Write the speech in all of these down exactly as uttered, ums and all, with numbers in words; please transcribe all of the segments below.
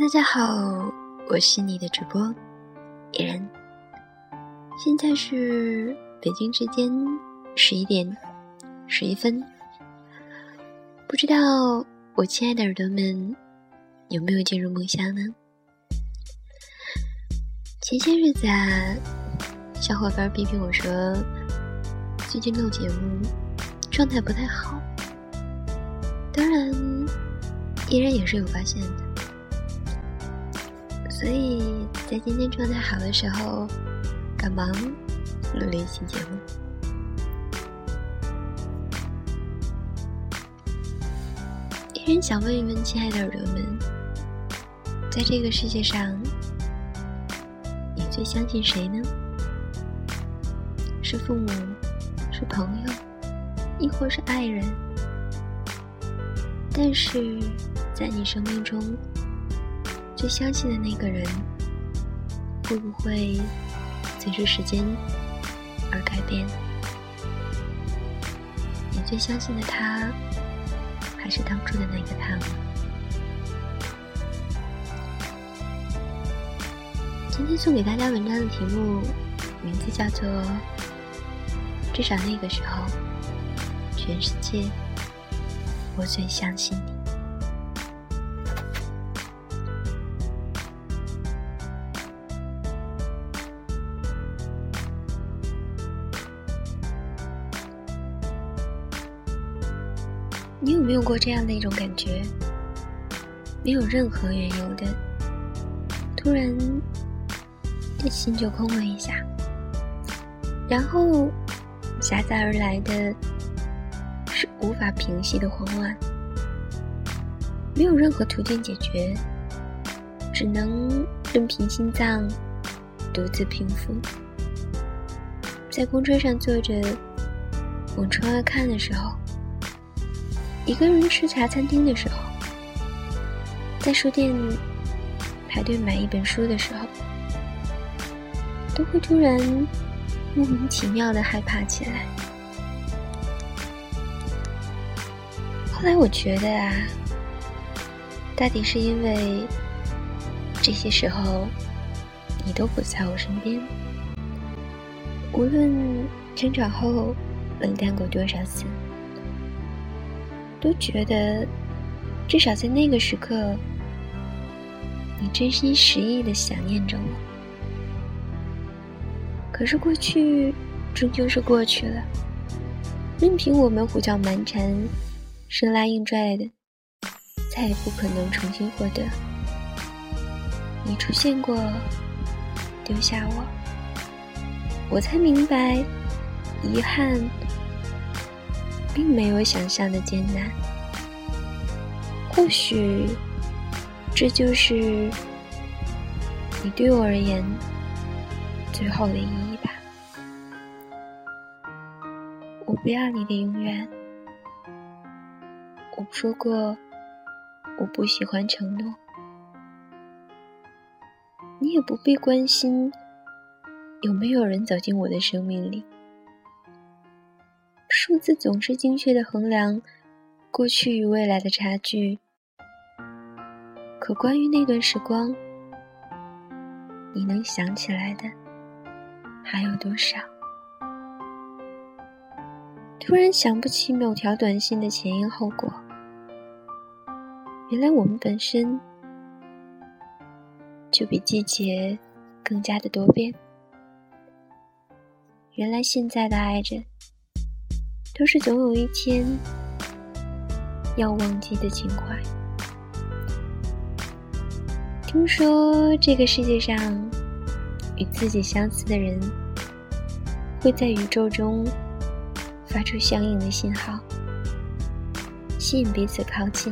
大家好，我是你的主播野人，现在是北京时间十一点十一分。不知道我亲爱的耳朵们有没有进入梦乡呢？前些日子啊，小伙伴批评我说最近录节目状态不太好，当然依然也是有发现的，所以在今天状态好的时候赶忙录了一期节目。依然想问一问亲爱的耳朵们，在这个世界上你最相信谁呢？是父母，是朋友，亦或是爱人？但是在你生命中最相信的那个人，会不会随着时间而改变？你最相信的他，还是当初的那个他吗？今天送给大家文章的题目名字叫做至少那个时候，全世界我最相信你。你有没有过这样的一种感觉，没有任何缘由的，突然心就空了一下，然后夹杂而来的是无法平息的慌乱，没有任何途径解决，只能任凭心脏独自平复。在公车上坐着往窗外看的时候，一个人吃茶餐厅的时候，在书店排队买一本书的时候，都会突然莫名其妙地害怕起来。后来我觉得啊，大抵是因为这些时候你都不在我身边，无论争吵后冷淡过多少次，都觉得至少在那个时刻，你真心实意地想念着我。可是过去终究是过去了，任凭我们胡搅蛮缠，生拉硬拽的，再也不可能重新获得。你出现过，丢下我，我才明白，遗憾并没有想象的艰难。或许这就是你对我而言最后的意义吧。我不要你的永远，我说过我不喜欢承诺，你也不必关心有没有人走进我的生命里。数字总是精确地衡量过去与未来的差距，可关于那段时光，你能想起来的还有多少？突然想不起某条短信的前因后果，原来我们本身就比季节更加的多变。原来现在的爱着，都是总有一天要忘记的情怀。听说这个世界上与自己相似的人会在宇宙中发出相应的信号，吸引彼此靠近。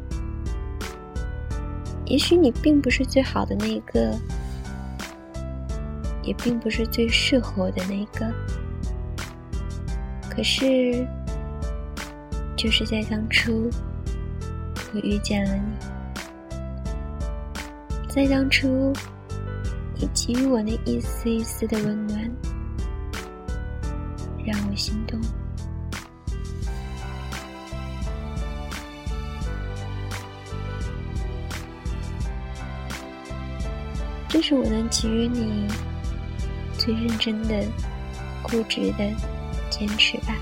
也许你并不是最好的那一个，也并不是最适合我的那一个，可是就是在当初我遇见了你，在当初你给予我那一丝一丝的温暖，让我心动。 这是我能给予你最认真的、固执的坚持吧。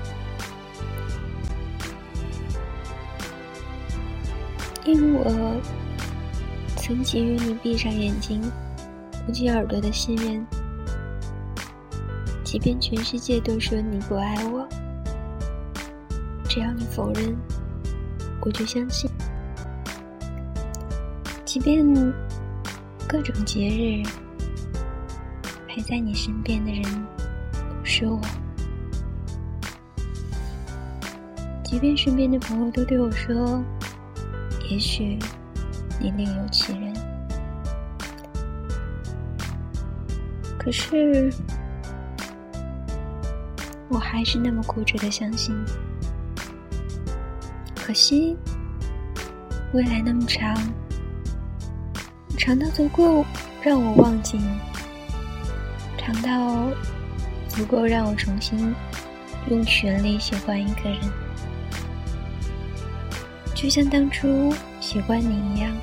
因为我曾给予你闭上眼睛、捂紧耳朵的信任，即便全世界都说你不爱我，只要你否认，我就相信。即便各种节日陪在你身边的人不是我，即便身边的朋友都对我说也许你另有其人，可是我还是那么固执地相信。可惜未来那么长，长到足够让我忘记你，长到足够让我重新用全力喜欢一个人，就像当初喜欢你一样。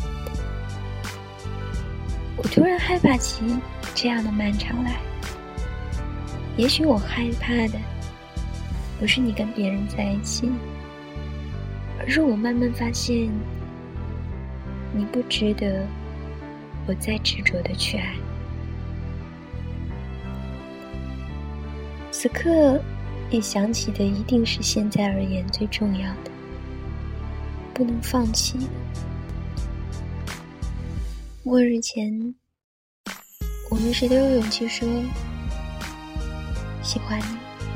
我突然害怕起这样的漫长来，也许我害怕的不是你跟别人在一起，而是我慢慢发现你不值得我再执着的去爱。此刻你想起的一定是现在而言最重要的，不能放弃的。末日前，我们谁都有勇气说喜欢你。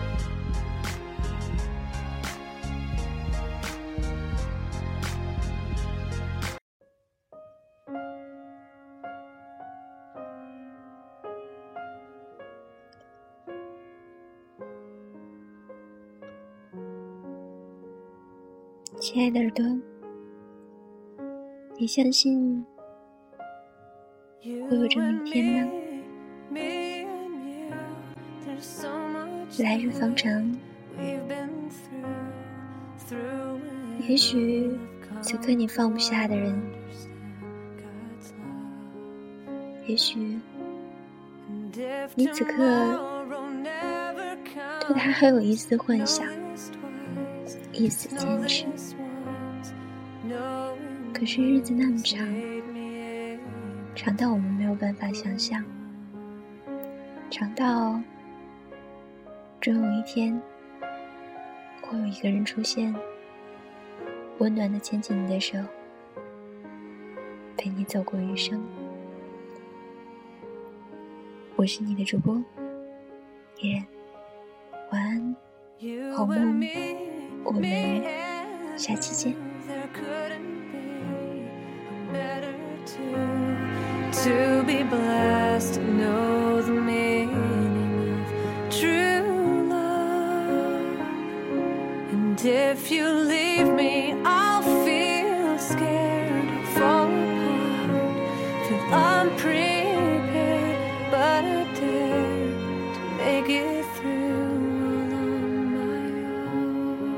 亲爱的耳朵，你相信会有这么一天吗？来日方长，也许此刻你放不下的人，也许你此刻对他还有一丝幻想，一丝坚持，可是日子那么长，长到我们没有办法想象，长到终有一天会有一个人出现，温暖地牵起你的手，陪你走过余生。我是你的主播依然，晚安，好梦，我们下期见。 To be blessed, to know the meaning of true love. And if you leave me, I'll feel scared, fall apart, feel unprepared, but I dare to make it through all on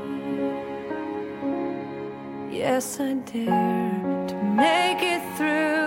my own. Yes, I dare to make it through.